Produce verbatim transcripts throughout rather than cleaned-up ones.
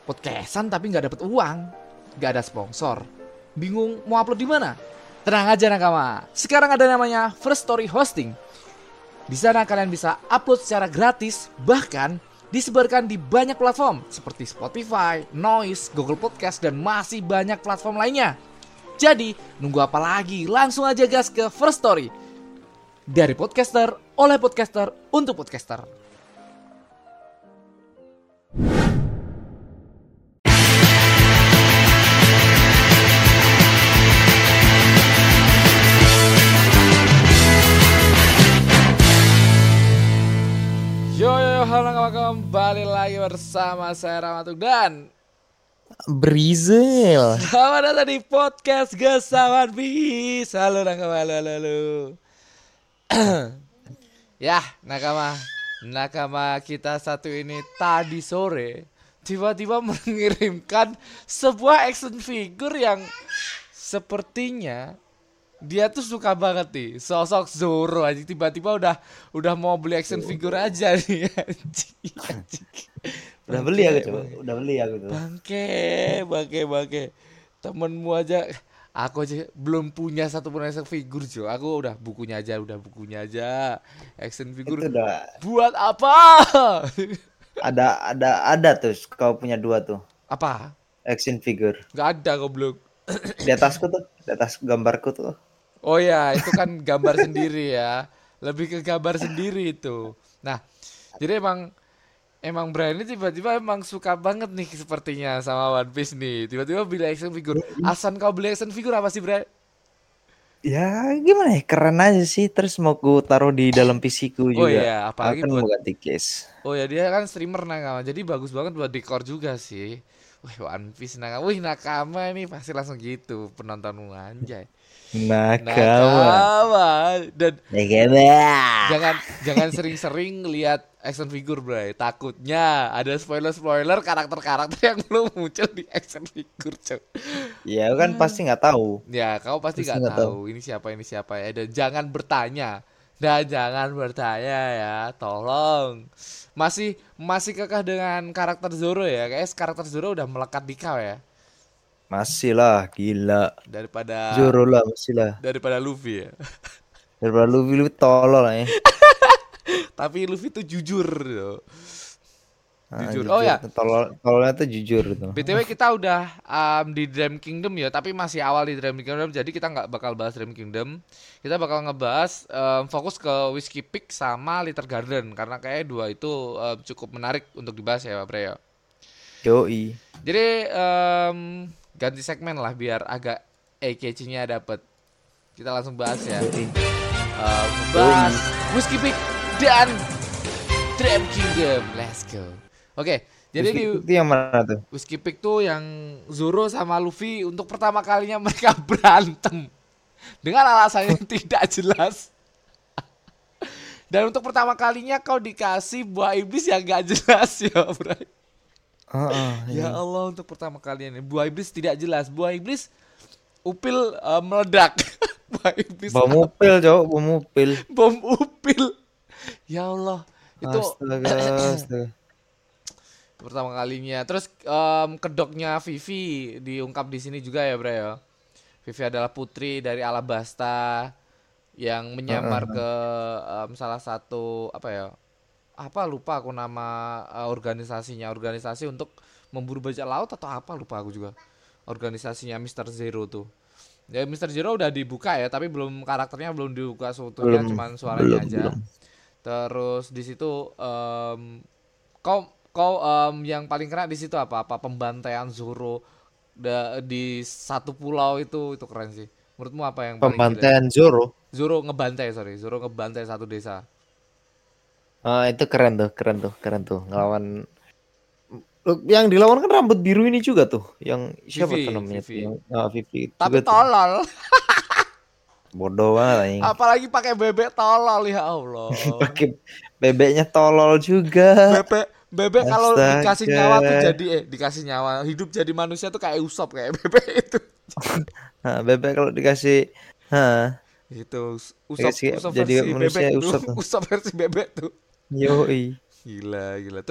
podcastan tapi nggak dapet uang, nggak ada sponsor, bingung mau upload di mana? Tenang aja nakama, sekarang ada namanya First Story Hosting. Di sana kalian bisa upload secara gratis, bahkan disebarkan di banyak platform seperti Spotify, Noise, Google Podcast, dan masih banyak platform lainnya. Jadi, nunggu apa lagi? Langsung aja gas ke First Story. Dari podcaster, oleh podcaster, untuk podcaster. Yo yo yo, halo kawan-kawan, kembali lagi bersama saya Ramatuk dan Brizel. selamat datang di podcast Gesawan Bis. Halo nakama, halo halo, halo. Ya nakama, nakama kita satu ini tadi sore tiba-tiba mengirimkan sebuah action figure yang sepertinya dia tuh suka banget nih sosok Zoro aja, tiba-tiba udah udah mau beli action figure aja nih anjing, anjing. Udah beli aku coba, udah beli aku tuh. Bangke, bangke, bangke. Temenmu aja, aku aja belum punya satu pun action figure Jo. Aku udah bukunya aja, udah bukunya aja. Action figure Itu udah buat apa? ada ada ada tuh, kau punya dua tuh Apa? action figure. Gak ada goblok. Di atasku tuh, di atas gambarku tuh. Oh ya, itu kan gambar sendiri ya. Lebih ke gambar sendiri itu. Nah, jadi emang emang Brian ini tiba-tiba emang suka banget nih sepertinya sama One Piece nih. Tiba-tiba beli action figure. Asan kau beli action figure apa sih, Brian? Ya gimana ya, keren aja sih. Terus mau ku taruh di dalam P C ku juga. Oh iya, apalagi Aku kan buat mau ganti case. Oh ya, dia kan streamer nakama. Jadi bagus banget buat dekor juga sih. Wih, One Piece nakama. Wih, nakama ini pasti langsung gitu penontonmu anjay. Nakama. Nakama. Dan Nakama. jangan jangan sering-sering lihat action figure, Bray. Takutnya ada spoiler-spoiler karakter-karakter yang belum muncul di action figure, Cok. Ya kan pasti nggak tahu. Ya, kau pasti Pasti nggak nggak tahu. ini siapa ini siapa ya. Dan jangan bertanya. Dan jangan bertanya ya, tolong. Masih masih kekeh dengan karakter Zoro ya. Kayaknya karakter Zoro udah melekat di kau ya. Masih lah, gila. Daripada Zoro lah, masih lah. daripada Luffy ya. Daripada lu lu tolol ya. Tapi Luffy tuh jujur loh. Nah, Jujur. Oh ya, tolol tololnya tuh jujur tuh. B T W kita udah um, di Dream Kingdom ya, tapi masih awal di Dream Kingdom, jadi kita nggak bakal bahas Dream Kingdom. Kita bakal ngebahas um, fokus ke Whiskey Peak sama Little Garden karena kayak dua itu um, cukup menarik untuk dibahas ya, Pak Bre ya. Yoi. Jadi um, ganti segmen lah biar agak E K C-nya dapet. Kita langsung bahas ya. Um, bahas Whiskey Peak dan Dream Kingdom. Let's go. Oke, jadi di Itu yang mana tuh? Whiskey Peak tuh yang Zoro sama Luffy untuk pertama kalinya mereka berantem dengan alasan yang tidak jelas. Dan untuk pertama kalinya kau dikasih buah iblis yang gak jelas ya, bro. Uh, uh, Ya Allah, untuk pertama kalinya buah iblis tidak jelas. Buah iblis upil uh, meledak. Buah iblis bom upil, cowok, bom upil. bom upil. Ya Allah, itu Astaga, astaga. pertama kalinya. Terus um, kedoknya Vivi diungkap di sini juga ya, Bro ya. Vivi adalah putri dari Alabasta yang menyamar Uh-uh. ke um, salah satu apa ya? Apa lupa aku nama uh, organisasinya, organisasi untuk memburu bajak laut atau apa lupa aku juga. Organisasinya Mister Zero tuh. Ya Mister Zero udah dibuka ya, tapi belum karakternya belum dibuka seutuhnya, Belum, cuman suaranya belum, aja. belum. Terus di situ um, kau kau um, yang paling keren di situ apa? Apa pembantaian Zoro da, di satu pulau itu itu keren sih. Menurutmu apa yang paling gila? Pembantaian Zoro. Zoro ngebantai, sorry. Zoro ngebantai satu desa. Ah, itu keren tuh, keren tuh, keren tuh. Ngelawan yang dilawan kan rambut biru ini juga tuh. Yang siapa Vivi, tuh namanya? Vivi. Tuh? Yang, ah, Vivi. Tapi juga tuh. tolol. Bodoh banget anjing. Apalagi pakai bebek tolol, ya Allah. Pakai bebeknya tolol juga. Bebek bebek kalau Astaga. dikasih nyawa tuh jadi eh dikasih nyawa, hidup jadi manusia tuh kayak Usop kayak bebek itu. Nah, bebek kalau dikasih ha, Itu Usop, dikasih Usop jadi versi manusia bebek tuh. Usop tuh. Usop versi bebek tuh. Yoi. Gila, gila. Terus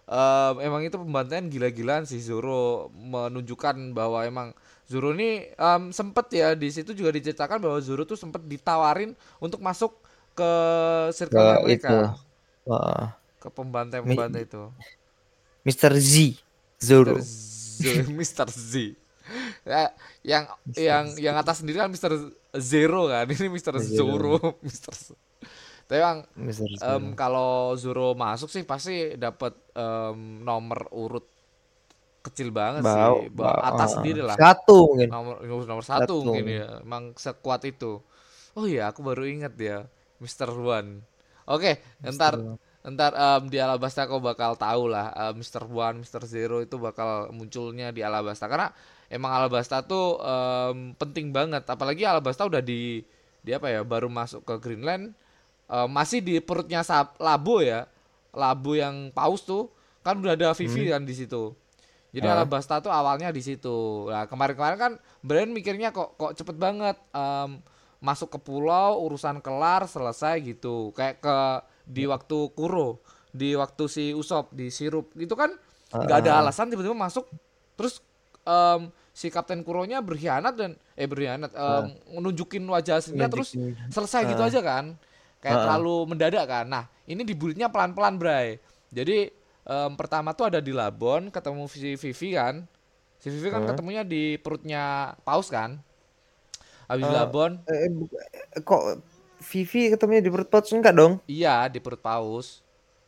em, emang itu pembantaian gila-gilaan sih. Zoro menunjukkan bahwa emang Zoro ini em, sempet ya, di situ juga diceritakan bahwa Zoro tuh sempet ditawarin untuk masuk ke Ke circle-nya itu. mereka, Wah, ke Mi- pembantai-pembantai itu. mister Z Mister Zoro. Z, Mister Z. Ya, yang mister yang Z. yang atas sendiri kan Mister Zero kan. Ini Mister Zoro, Zero. Mister Z. Tapi emang mister em, Zero. kalau Zoro masuk sih pasti dapat em, nomor urut kecil banget sih, Bau, Ba- bau. atas ah, sendiri lah. Satu mungkin. Nomor nomor satu Satu mungkin mungkin. ya. Emang sekuat itu. Oh iya, aku baru ingat ya, Mister One. Oke, mister ntar ntar em, di Alabasta kau bakal tahu lah, em, Mister One, Mister Zero itu bakal munculnya di Alabasta karena emang Alabasta tuh em, penting banget. Apalagi Alabasta udah di di apa ya, baru masuk ke Greenland, eh, masih di perutnya Sab- Labo ya. Labo yang paus tuh kan udah ada Vivi Hmm. kan di situ. Jadi Ah, Alabasta tuh awalnya di situ. Nah, kemarin-kemarin kan Brian mikirnya kok kok cepet banget, em, masuk ke pulau, urusan kelar, selesai gitu. Kayak ke di waktu Kuro, di waktu si Usop di sirup gitu kan ah, nggak ada ah, ah. alasan tiba-tiba masuk, terus em, si Kapten Kuronya berkhianat dan eh berkhianat em, Ah, nunjukin wajah aslinya terus nunjukin. selesai gitu Ah, aja kan. ah, Kayak ah. terlalu mendadak kan. Nah, ini dibulitnya pelan-pelan, Bray. Jadi em, pertama tuh ada di Labon ketemu si Vivi kan. Si Vivi kan Ah. ketemunya di perutnya Paus kan. Habis di Eh, Labon, eh, bu- eh, kok Vivi ketemunya di perut Pouch enggak dong? iya di perut Paus.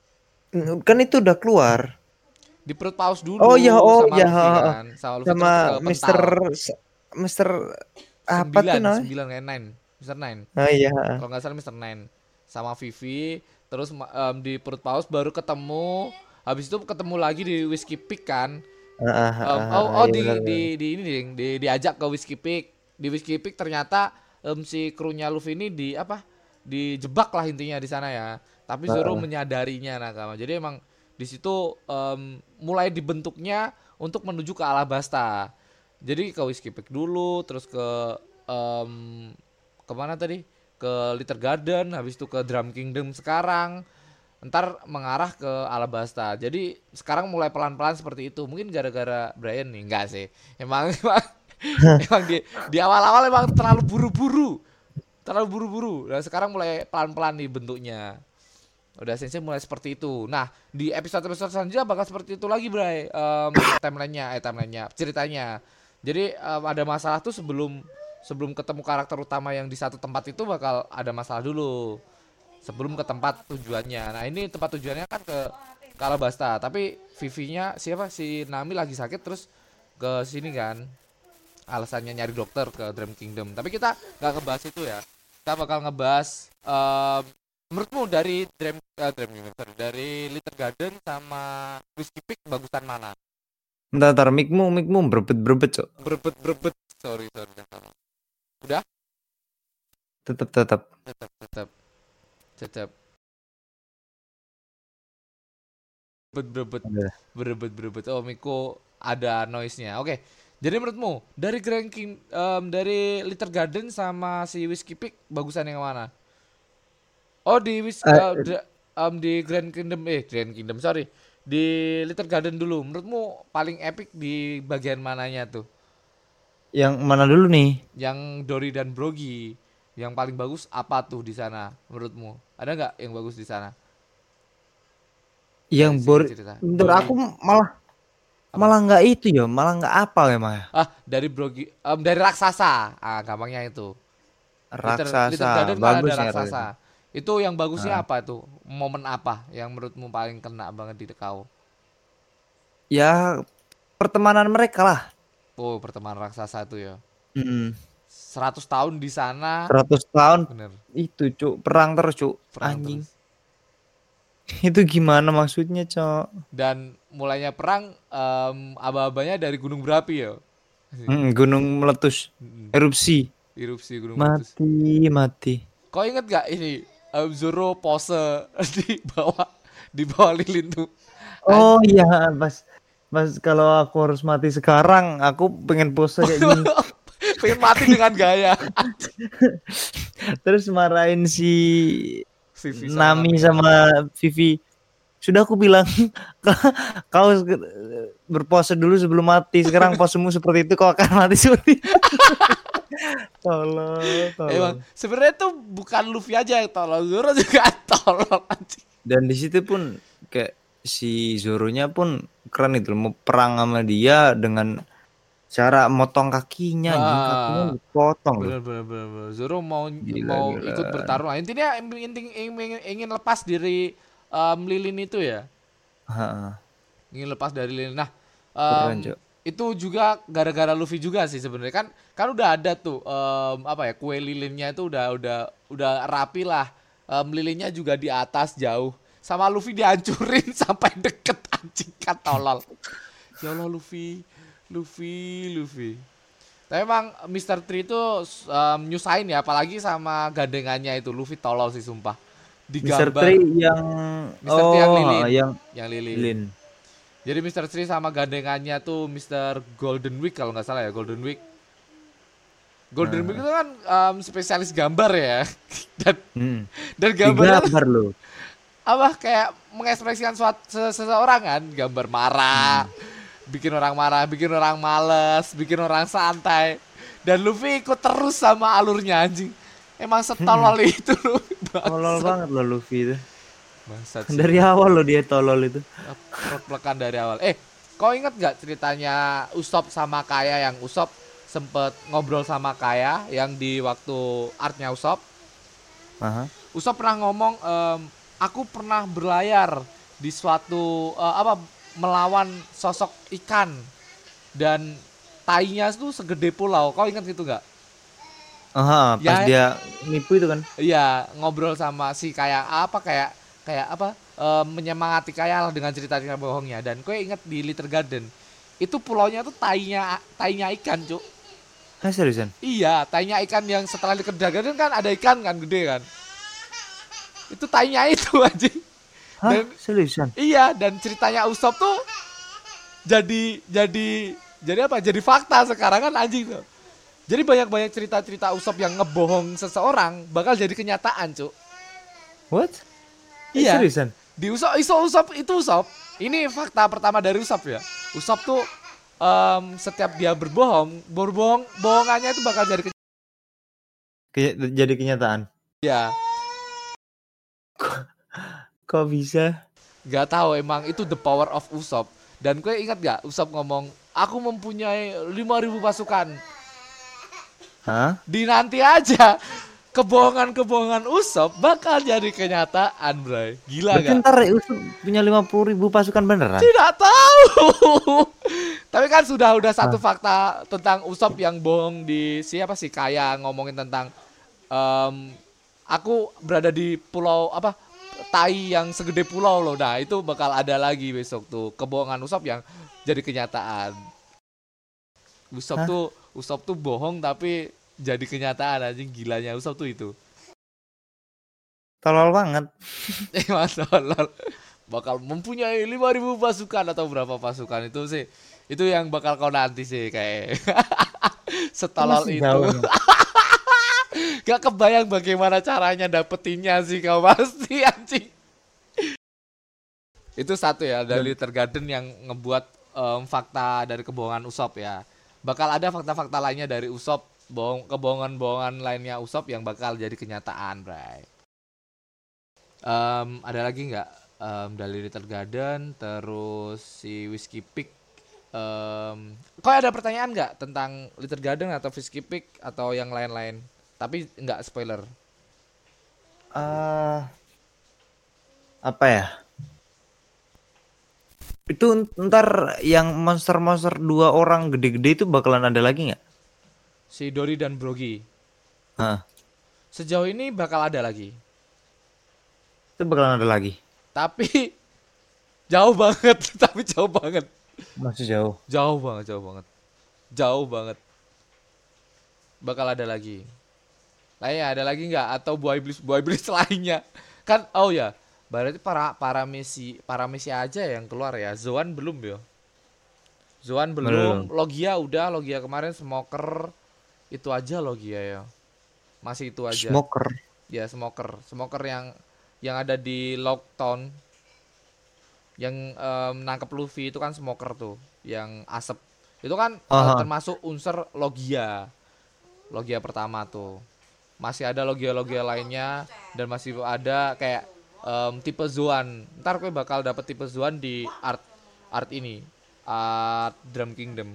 Mm, Kan itu udah keluar. Di perut Paus Oh iya, dulu oh sama iya, ha, Luffy ha, ha. kan. Sama Luffy Sama terus ke mister Pental. S- mister apa tuh Sembilan, namanya? sembilan kayak Nine. Mister Nine. Oh iya, ha. Kalau nggak salah Mister Nine. Sama Vivi, terus ma- em, di perut Paus baru ketemu. Habis itu ketemu lagi di Whiskey Peak kan. Ah, ah, ah, Em, ah, oh ah, oh iya benar di di benar. di ini ding, di diajak ke Whiskey Peak. Di Whiskey Peak ternyata em, si krunya Luffy ini di apa? Dijebak lah intinya di sana ya. Tapi Ah, Zoro ah. menyadarinya nakama. Jadi emang di situ em, mulai dibentuknya untuk menuju ke Alabasta. Jadi ke Whiskey Peak dulu, terus ke em, kemana tadi? Ke Little Garden, habis itu ke Drum Kingdom sekarang. Ntar mengarah ke Alabasta. Jadi sekarang mulai pelan-pelan seperti itu. Mungkin gara-gara Brian nih, enggak sih. Emang emang, emang di di awal-awal emang terlalu buru-buru. Terlalu buru-buru. Dan sekarang mulai pelan-pelan nih bentuknya. Udah Sensei mulai seperti itu. Nah, di episode-episode selanjutnya bakal seperti itu lagi, Bray. Em, timelinenya, eh timelinenya, ceritanya. Jadi em, ada masalah tuh sebelum sebelum ketemu karakter utama yang di satu tempat itu bakal ada masalah dulu sebelum ke tempat tujuannya. Nah, ini tempat tujuannya kan ke ke Alabasta, tapi Vivi-nya siapa si Nami lagi sakit terus ke sini kan. Alasannya nyari dokter ke Dream Kingdom. Tapi kita nggak ngebahas itu ya. Kita bakal ngebahas em, menurutmu dari Dream eh, Dream Kingdom, sorry, dari Little Garden sama Whiskey Peak bagusan mana? Bentar, bentar, mikmu, mikmu berebet-berebet, Cok. Berebet berebet. Sorry, sorry. Udah? Tetap, tetap. Tetap tetap tetap berebet Udah. berebet berebet. Oh, Miko ada noise-nya. Oke. Jadi menurutmu dari Grand King em, dari Little Garden sama si Whiskey Peak bagusan yang mana? Oh, di Whis eh, Eh, dra- em, di Grand Kingdom eh Grand Kingdom sorry. Di Little Garden dulu. Menurutmu paling epic di bagian mananya tuh? yang mana dulu nih? Yang Dory dan Brogy. Yang paling bagus apa tuh di sana menurutmu? Ada nggak yang bagus di sana Yang dari bor segi cerita? Menurut Dory aku malah apa? malah nggak itu ya, malah nggak apa emang ya. Ah, dari Brogy, em, dari raksasa. Ah, gampangnya itu. Little, Little Raksasa, Garden kan bagus ada ya raksasa. Raksasa. Itu yang bagusnya Nah, apa itu? Momen apa yang menurutmu paling kena banget di kau? ya pertemanan mereka lah. Oh, pertemanan raksasa itu ya. Hmm. Seratus tahun di sana, seratus tahun bener, itu, Cuk. Perang terus, Cuk. perang Anjing. terus. Itu gimana maksudnya, Cok? Dan mulainya perang, em, aba-abanya dari gunung berapi ya. Hmm, gunung meletus, Mm-mm. erupsi. Erupsi gunung meletus. Mati, mati. Kau inget gak ini em, Zoro pose di bawah di bawah lilin tuh? Oh Anjing. iya, pas pas kalau aku harus mati sekarang, aku pengen pose kayak gini. Pengen mati dengan gaya. Terus marahin si Vivi sama Nami Nami. sama Vivi. Sudah aku bilang kau berpose dulu sebelum mati. Sekarang posemu seperti itu, kau akan mati seperti itu. Tolong, Emang tolong. sebenarnya tuh bukan Luffy aja yang tolol, Zoro juga tolol anjing. Dan di situ pun kayak si Zoro-nya pun keren itu, mau perang sama dia dengan cara motong kakinya, anjing kakinya Ah, dipotong loh. bener bener bener. bener. Zoro mau Gila, mau gila. ikut bertarung. Nah, intinya ingin, ingin, ingin lepas dari em, lilin itu ya. Ha, Ingin lepas dari lilin. Nah, keren, em, Cok. itu juga gara-gara Luffy juga sih sebenarnya kan kan udah ada tuh em, apa ya kue lilinnya itu udah udah udah rapi lah. Em, lilinnya juga di atas jauh. Sama Luffy dihancurin sampai deket anjing kan tolol. Ya Allah Luffy, Luffy, Luffy. Tapi emang mister Tree itu um, nyusahin ya, apalagi sama gandengannya itu Luffy tolol sih sumpah. mister Tree Digambar yang mister Tree yang oh lilin, yang yang lilin. Lin. Jadi mister Tree sama gandengannya tuh mister Golden Week kalau nggak salah ya, Golden Week. Golden Week Nah, itu kan um, spesialis gambar ya. dan hmm. dan gambarnya tuh Digambar loh. apa kayak mengekspresikan suatu seseorang kan, gambar marah, Hmm. bikin orang marah, bikin orang males, bikin orang santai. Dan Luffy ikut terus sama alurnya anjing. Emang setolol itu Luffy. Tolol Bangsat. banget loh Luffy itu. Bangsat Dari sih. awal loh dia tolol itu. Plek-plekan dari awal. Eh, kau inget gak ceritanya Usopp sama Kaya yang Usopp sempet ngobrol sama Kaya yang di waktu artnya Usopp? Aha. Usopp pernah ngomong, em, aku pernah berlayar di suatu eh, apa melawan sosok ikan dan tainya tuh segede pulau. Kau ingat gitu nggak? Aha, pas Ya, dia nipu itu kan. iya ngobrol sama si kayak apa kayak kayak apa eh, menyemangati kayak lah dengan cerita-cerita bohongnya. Dan kau ingat di Little Garden itu pulaunya tuh tainya tainya ikan cuk. Ah, seriusan? Iya, tainya ikan yang setelah Little Garden kan ada ikan kan gede kan. Itu tainya itu anjing. Hah, Dan seriusan? iya, dan ceritanya Usopp tuh jadi jadi jadi apa? Jadi fakta sekarang kan anjing tuh. Jadi banyak-banyak cerita-cerita Usopp yang ngebohong seseorang bakal jadi kenyataan, Cuk. What? Eh, Iya. seriusan? Di Usopp, iso Usopp itu Usopp. Ini fakta pertama dari Usopp ya. Usopp tuh em, setiap dia berbohong, berbohong, bohongannya itu bakal jadi kenyataan. Kenya- jadi kenyataan. Ya, Kok bisa? gak tahu emang itu the power of Usopp. Dan gue ingat gak Usopp ngomong, aku mempunyai lima ribu pasukan. Hah? Di nanti aja kebohongan-kebohongan Usopp bakal jadi kenyataan, bray. Gila Berarti gak? ntar Yusuf punya lima puluh ribu pasukan beneran? Tidak tahu. Tapi kan sudah udah satu Hah? fakta tentang Usopp yang bohong di siapa sih Kaya ngomongin tentang em, aku berada di pulau apa tai yang segede pulau loh. Nah, itu bakal ada lagi besok tuh kebohongan Usopp yang jadi kenyataan. Usopp Hah? tuh Usopp tuh bohong tapi jadi kenyataan anjing gilanya Usopp tuh itu. Tolol banget. Emang tolol. Bakal mempunyai lima ribu pasukan atau berapa pasukan itu sih. Itu yang bakal kau nanti sih kayak Kan setolol masih itu. jauh. Gak kebayang bagaimana caranya dapetinnya sih kau pasti anjing. Itu satu ya dari Dan Little Garden yang ngebuat em, fakta dari kebohongan Usopp ya. Bakal ada fakta-fakta lainnya dari Usopp, bohong kebohongan-bohongan lainnya Usopp yang bakal jadi kenyataan, Bray. Em, ada lagi nggak Em, dari Little Garden terus si Whiskey Peak? Em, kok ada pertanyaan nggak tentang Little Garden atau Whiskey Peak atau yang lain-lain? Tapi nggak spoiler. ah apa ya? Itu ntar yang monster-monster dua orang gede-gede itu bakalan ada lagi nggak? Si Dory dan Brogy. Hah, Sejauh ini bakal ada lagi. itu bakalan ada lagi. Tapi jauh banget, tapi jauh banget. Masih jauh. Jauh banget, jauh banget. Jauh banget. Bakal ada lagi. Lah ya, ada lagi nggak? Atau buah iblis buah iblis lainnya? Kan, oh ya, berarti para para misi para misi aja yang keluar ya. Zoan belum ya? Zoan belum. Belum. Logia udah, Logia kemarin Smoker itu aja Logia ya. Masih itu aja. Smoker. Ya Smoker, Smoker yang yang ada di Locktown. yang em, nangkep Luffy itu kan smoker tuh, yang asap. Itu kan eh, Aha. termasuk unsur logia. Logia pertama tuh. Masih ada logia-logia lainnya dan masih ada kayak em, tipe Zoan. Ntar gue bakal dapet tipe Zoan di art art ini. Art Drum Kingdom.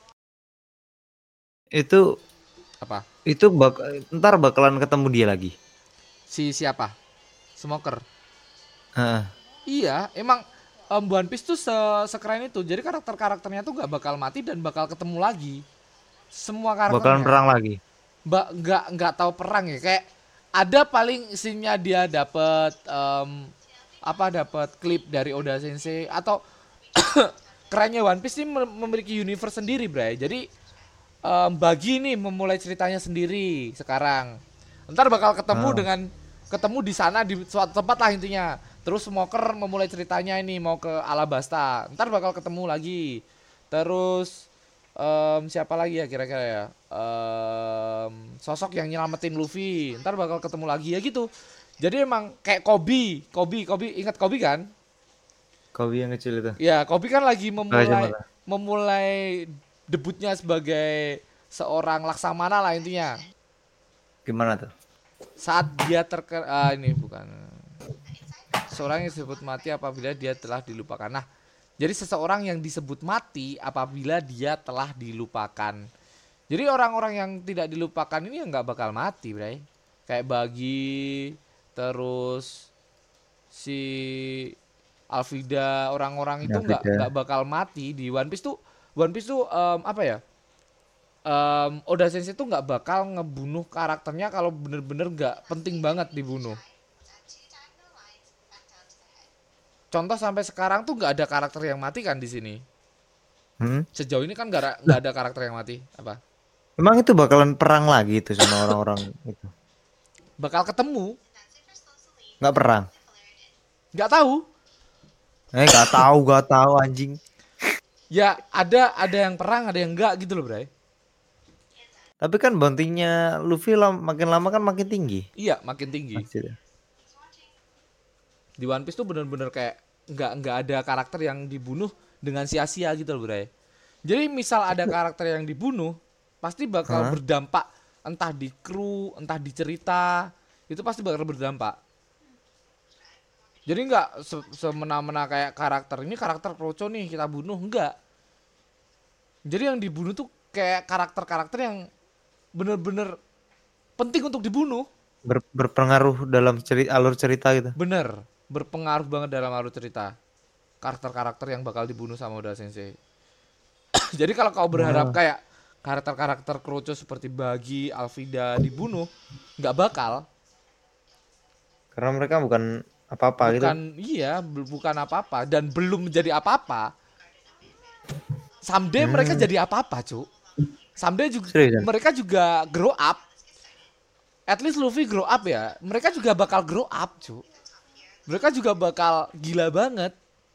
Itu Apa? itu bak ntar bakalan ketemu dia lagi. Si siapa? Smoker. Heeh. Iya, emang em, One Piece tuh se- sekeren itu. Jadi karakter-karakternya tuh gak bakal mati dan bakal ketemu lagi. Semua Bakalan karakternya. perang lagi. Mbak nggak nggak tahu perang ya. Kayak ada paling scene-nya dia dapet em, apa dapat klip dari Oda Sensei atau kerennya One Piece ini mem- memiliki universe sendiri, Bray. Jadi em, bagi nih memulai ceritanya sendiri sekarang. Ntar bakal ketemu Oh. dengan ketemu di sana di suatu tempat lah intinya. Terus Smoker memulai ceritanya ini mau ke Alabasta. Ntar bakal ketemu lagi. Terus em, siapa lagi ya kira-kira ya? Em, sosok yang nyelamatin Luffy. Ntar bakal ketemu lagi ya gitu. Jadi emang kayak Kobe, Kobe, Kobe ingat Kobe kan? Kau yang kecil itu. Ya, Kobe kan lagi memulai Kacamata. memulai debutnya sebagai seorang laksamana lah intinya. Gimana tuh? Saat dia terkena ah, ini bukan seorang yang disebut mati apabila dia telah dilupakan. Nah, jadi seseorang yang disebut mati apabila dia telah dilupakan. Jadi orang-orang yang tidak dilupakan ini nggak bakal mati, Bray. Kayak Bagi, terus si Alvida, orang-orang itu Ya nggak beda. nggak bakal mati di One Piece tuh. One Piece tuh em, apa ya? Em, Oda Sensei tuh nggak bakal ngebunuh karakternya kalau bener-bener nggak penting banget dibunuh. Contoh sampai sekarang tuh nggak ada karakter yang mati kan di sini. Hmm? Sejauh ini kan nggak ada- nggak Lah, ada karakter yang mati. Apa? emang itu bakalan perang lagi itu sama orang-orang itu. Bakal ketemu? Nggak perang. Nggak tahu. Eh, nggak tahu, nggak tahu anjing. Ya ada ada yang perang, ada yang enggak gitu loh, Bray. Tapi kan bounty-nya Luffy lam- makin lama kan makin tinggi. Iya, makin tinggi. Pasti deh. Di One Piece tuh bener-bener kayak nggak nggak ada karakter yang dibunuh dengan sia-sia gitu loh, Bray. Jadi misal ada karakter yang dibunuh, pasti bakal Hah? berdampak entah di kru, entah di cerita, itu pasti bakal berdampak. Jadi nggak se- semena-mena kayak karakter ini karakter Kroco nih kita bunuh, enggak. Jadi yang dibunuh tuh kayak karakter-karakter yang bener-bener penting untuk dibunuh. Ber- berpengaruh dalam cerita alur cerita gitu. Bener, berpengaruh banget dalam alur cerita. Karakter-karakter yang bakal dibunuh sama Oda Sensei. Jadi kalau kau berharap Wah, kayak karakter-karakter Kroco seperti Bagi, Alvida dibunuh, nggak bakal. karena mereka bukan apa-apa gitu. Bukan iya, bu- bukan apa-apa dan belum menjadi apa-apa. Someday mereka Hmm, jadi apa-apa, Cuk. Someday juga serius. mereka juga grow up. At least Luffy grow up ya. Mereka juga bakal grow up, Cuk. Mereka juga bakal gila banget.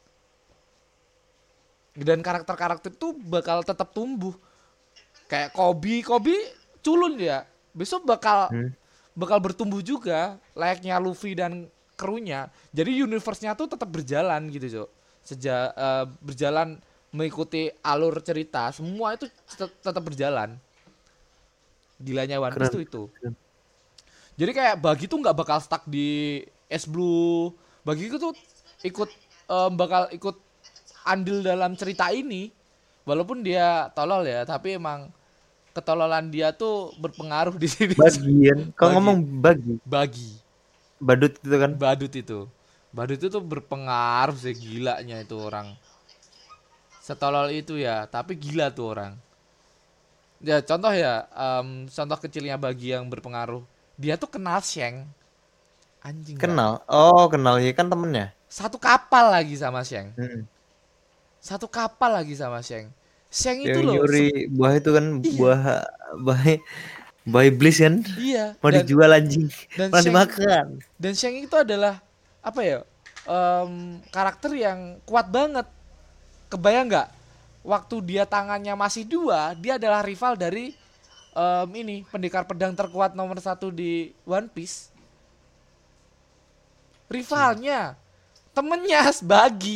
Dan karakter-karakter itu bakal tetap tumbuh. Kayak Kobe, Kobe culun ya. Besok bakal Hmm. bakal bertumbuh juga layaknya Luffy dan krunya. Jadi universe-nya tuh tetap berjalan gitu, Cok. Sejak eh, berjalan mengikuti alur cerita, semua itu tet- tetap berjalan. Gilanya One Piece Keren. tuh itu. Jadi kayak Bagi tuh nggak bakal stuck di es blue. Bagi itu tuh ikut em, bakal ikut andil dalam cerita ini. Walaupun dia tolol ya, tapi emang ketololan dia tuh berpengaruh di sini. Bagian. Kau Bagi, ngomong bagi. bagi, Badut itu kan. badut itu, badut itu tuh berpengaruh sih gilanya itu orang. Setolol itu ya, tapi gila tuh orang. Ya contoh ya, em, contoh kecilnya Bagi yang berpengaruh. Dia tuh kenal Sheng, anjing nggak? Kenal. Oh, kenal ya kan temennya. Satu kapal lagi sama Sheng, Hmm. satu kapal lagi sama Sheng. Sheng itu Yang loh, nyuri se- buah itu kan iya, buah buah buah iblis kan. iya, Mau dan dijual anjing. dan Malah Sheng dimakan. dan Sheng itu adalah apa ya? Em, karakter yang kuat banget. Kebayang nggak? Waktu dia tangannya masih dua, dia adalah rival dari em, ini pendekar pedang terkuat nomor satu di One Piece. Rivalnya, temennya Bagi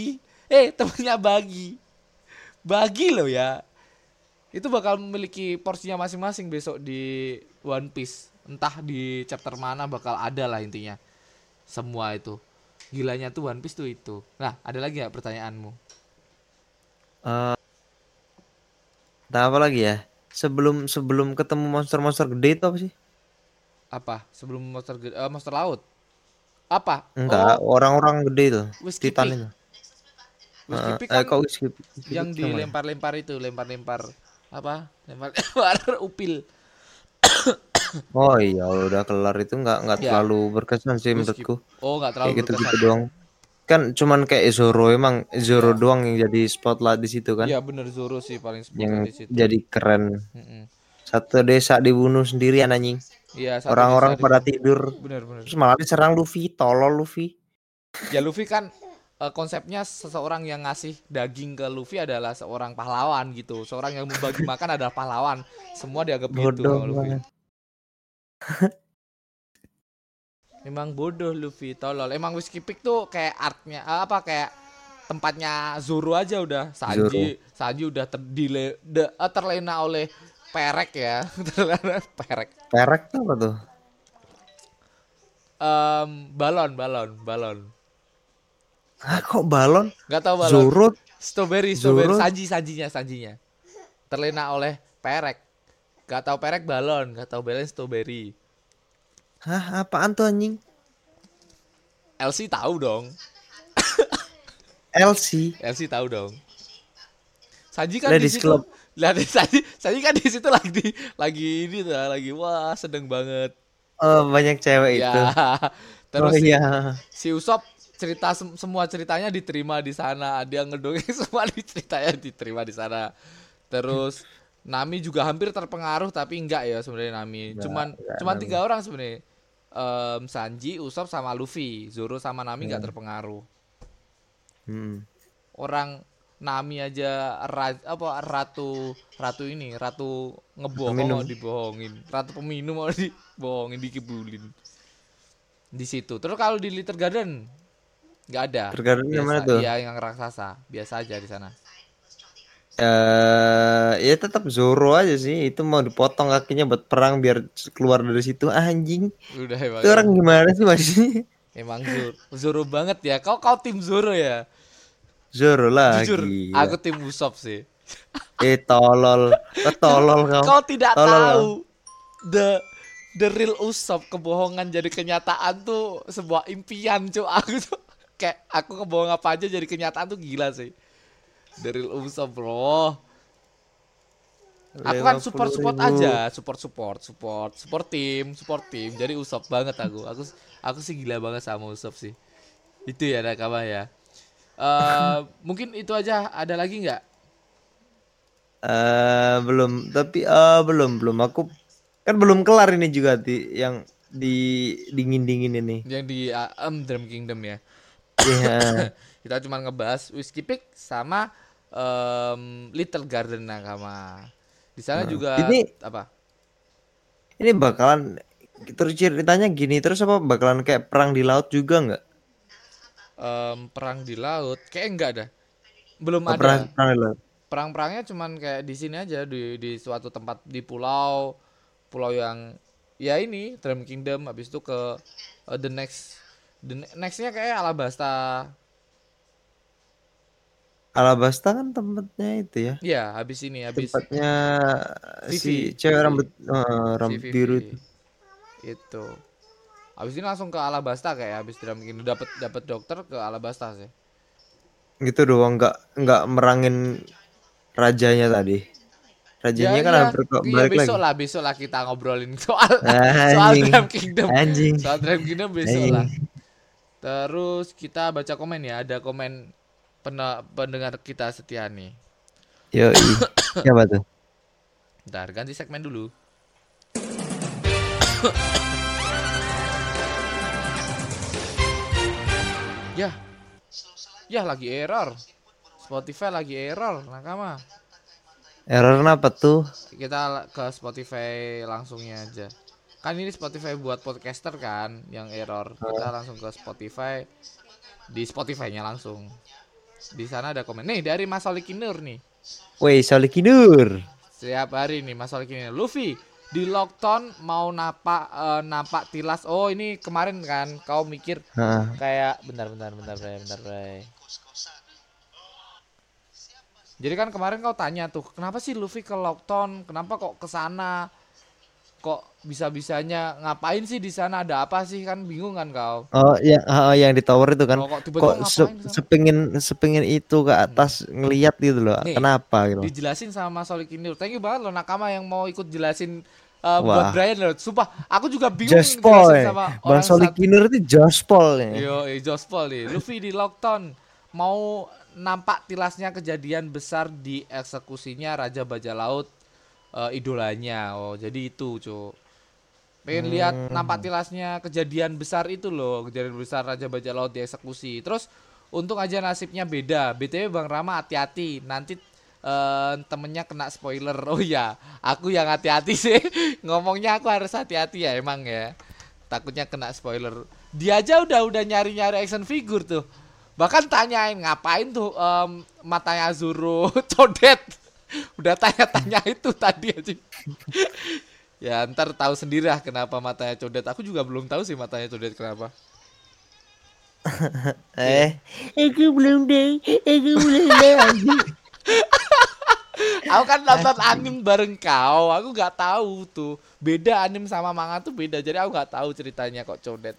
Eh, temennya Bagi. Bagi loh ya. Itu bakal memiliki porsinya masing-masing besok di One Piece. Entah di chapter mana bakal ada lah intinya. Semua itu. Gilanya tuh One Piece tuh itu. Nah, ada lagi gak pertanyaanmu? Eh, nah apa lagi ya? Sebelum sebelum ketemu monster-monster gede itu apa sih? Apa? Sebelum monster ge- eh, monster laut. Apa? Enggak, Oh, orang-orang gede itu, Whiskey Titan Peak. itu. Whiskey Heeh. Peak Eh kan kok skip skip yang sama ya? dilempar-lempar itu, lempar-lempar apa? Lempar-lempar upil. Oh iya, udah kelar itu nggak nggak Ya, terlalu berkesan sih Whiskey. menurutku. Oh, nggak Kayak terlalu gitu-gitu berkesan. doang. Kan cuman kayak Zoro emang Zoro Ya. doang yang jadi spotlight di situ kan, Ya bener Zoro sih paling yang spotlight di situ. jadi keren. Mm-mm. Satu desa dibunuh sendirian anjing. Iya, satu desa Orang-orang di pada tidur, bener-bener. terus malah diserang Luffy, tolol Luffy. Ya Luffy kan eh, konsepnya seseorang yang ngasih daging ke Luffy adalah seorang pahlawan gitu. Seorang yang membagi makan adalah pahlawan. Semua dianggap gitu Bodoh sama Luffy. banget. Emang bodoh Luffy, tolol. Emang Whiskey Peak tuh kayak artnya eh, apa kayak tempatnya Zoro aja udah. Zoro. Sanji, Sanji udah terdile, de, eh, terlena oleh perek ya. Terlena perek. Perek tuh apa tuh? Em, balon, balon, balon. Ah kok balon? Gak tau balon. Zoro, Strawberry, strawberry. Zoro. Sanji, Sanjinya, Sanjinya. Terlena oleh perek. Gak tau perek balon, gak tau balon strawberry. Hah, apaan tuh anjing? L C tahu dong. L C, L C tahu dong. Sanji kan di Ladies situ. Club. Lihat Sanji, Sanji kan di situ lagi lagi ini tuh, lagi wah sedeng banget. Oh, banyak cewek Ya. itu. Terus Oh si, iya. si Usop cerita sem- semua ceritanya diterima di sana. Dia ngedongeng semua di ceritanya diterima di sana. Terus Nami juga hampir terpengaruh tapi enggak ya sebenarnya Nami. Enggak, Cuman enggak cuman Nami. tiga orang sebenarnya. Em, Sanji, Usop sama Luffy. Zoro sama Nami enggak Hmm. terpengaruh. Hmm. Orang Nami aja ra, apa ratu ratu ini ratu ngebohong Minum. mau dibohongin, ratu peminum mau dibohongin, dikibulin di situ. Terus kalau di Little Garden nggak ada, Terkadang yang mana biasa. tuh? Iya yang raksasa biasa aja di sana. Eh, ya tetap Zoro aja sih. Itu mau dipotong kakinya buat perang biar keluar dari situ anjing. Udah emang Itu orang emang, gimana sih masih? emang Zoro, Zoro banget ya. Kau kau tim Zoro ya? Zoro Jujur, lagi. aku tim Usopp sih. Eh tolol. Kau tolol kau. Kau tidak Tolol kau. tahu the the real Usopp, kebohongan jadi kenyataan tuh sebuah impian cuy. Aku tuh kayak aku kebohong apa aja jadi kenyataan tuh gila sih. The real Usopp bro. Aku kan support support lima puluh ribu. aja, support support support support tim, support tim. Jadi Usopp banget aku. Aku aku sih gila banget sama Usopp sih. Itu ya nakama ya. Eh mungkin itu aja. Ada lagi nggak? Eh belum, tapi eh belum belum aku kan belum kelar ini juga di yang di dingin dingin ini. Yang di uh, um, Dream Kingdom ya. Iya. Kita cuma ngebahas Whiskey Peak sama em, Little Garden Nakama. Di sana Nah, juga ini apa? ini bakalan terus ceritanya gini terus apa bakalan kayak perang di laut juga nggak? Em, perang di laut? Kayak enggak ada. Belum Oh, perang ada. perang di laut. Perang-perangnya cuman kayak di sini aja di di suatu tempat di pulau pulau yang ya ini Dream Kingdom, habis itu ke uh, the next the ne- nextnya kayak Alabasta. Alabasta kan tempatnya itu ya. Ya habis ini habis Tempatnya si Vivi cewek Vivi rambut eh, si rambut biru Vivi itu. itu. Habis ini langsung ke Alabasta kayak habis Dream Kingdom dapat dapat dokter ke Alabasta sih. Gitu doang nggak nggak merangin rajanya tadi. Ya Rajanya kan iya, hampir kok iya balik besok lagi. lah, besok lah kita ngobrolin soal soal Anjing. Dream Kingdom. Anjing. Soal Dream Kingdom besok Anjing. lah. Terus kita baca komen ya, ada komen pena- pendengar kita setia nih. Yo, siapa tuh? Bentar, ganti segmen dulu. Ya, ya lagi error. Spotify lagi error, nakama. Error apa tuh? Kita ke Spotify langsungnya aja. Kan ini Spotify buat podcaster kan yang error. Kita langsung ke Spotify, di Spotify-nya langsung. Di sana ada komen. Nih dari Mas Solikinur nih. Woi, Solikinur. Setiap hari nih Mas Solikinur. Luffy di Lockton mau napak uh, napak tilas. Oh ini kemarin kan kau mikir Heeh. kayak bentar bentar bentar Bray, bentar Bray. Jadi kan kemarin kau tanya tuh, kenapa sih Luffy ke Lockton? Kenapa kok ke sana? Kok bisa-bisanya ngapain sih di sana? Ada apa sih? Kan bingung kan kau? Oh ya, oh, yang di tower itu kan. Oh, kok tiba-tiba Kok se ngapain di sana? sepengin sepengin itu ke atas ngelihat gitu loh. Nih, Kenapa gitu? Dijelasin sama Solikinur. Thank you banget loh nakama yang mau ikut jelasin uh, Wah. buat Brian loh. Sumpah, aku juga bingung Jospol jelasin ya. sama Bang orang satu. Solikinur itu Jospol ya. Yo, eh, Jospol nih. Luffy di Lockton mau nampak tilasnya kejadian besar di eksekusinya Raja Bajak Laut uh, idolanya. Oh, jadi itu, Cuk. Pengen Hmm. lihat nampak tilasnya kejadian besar itu loh, kejadian besar Raja Bajak Laut dieksekusi. Terus untung aja nasibnya beda. B T W Bang Rama hati-hati, nanti uh, temennya kena spoiler. Oh ya, aku yang hati-hati sih. Ngomongnya aku harus hati-hati ya emang ya. Takutnya kena spoiler. Dia aja udah udah nyari-nyari action figure tuh. Bahkan tanyain ngapain tuh um, matanya Zoro codet. Udah tanya-tanya itu tadi aja. Ya ntar tahu sendiri lah kenapa matanya codet. Aku juga belum tahu sih matanya codet kenapa. Eh, aku belum deh, aku belum deh. Aku kan nonton anime bareng kau. Aku nggak tahu tuh. Beda anime sama manga tuh beda. Jadi aku nggak tahu ceritanya kok codet.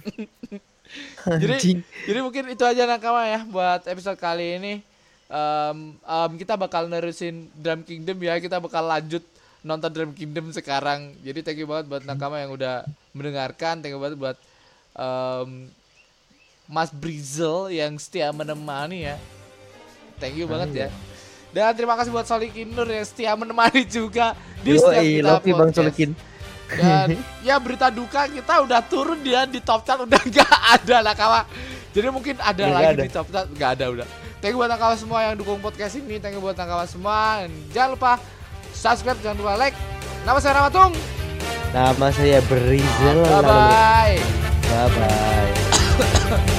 jadi jadi mungkin itu aja nakama ya buat episode kali ini. Um, um, kita bakal nerusin Drum Kingdom ya. Kita bakal lanjut nonton Drum Kingdom sekarang. Jadi thank you banget buat nakama yang udah mendengarkan. Thank you banget buat um, Mas Brizel yang setia menemani ya. Thank you banget ya. Dan terima kasih buat Solikinur yang setia menemani juga di setiap kita Loki Bang Solikin. Dan ya berita duka kita udah turun dia di top chart udah nggak ada nakama. Jadi mungkin ada Udah lagi ada. di top chart nggak ada udah. Thank you buat nakama semua yang dukung podcast ini. Thank you buat nakama semua. Dan jangan lupa subscribe, jangan lupa like. Nama saya Ramatung. Nama saya Brizel. Bye bye. Bye bye.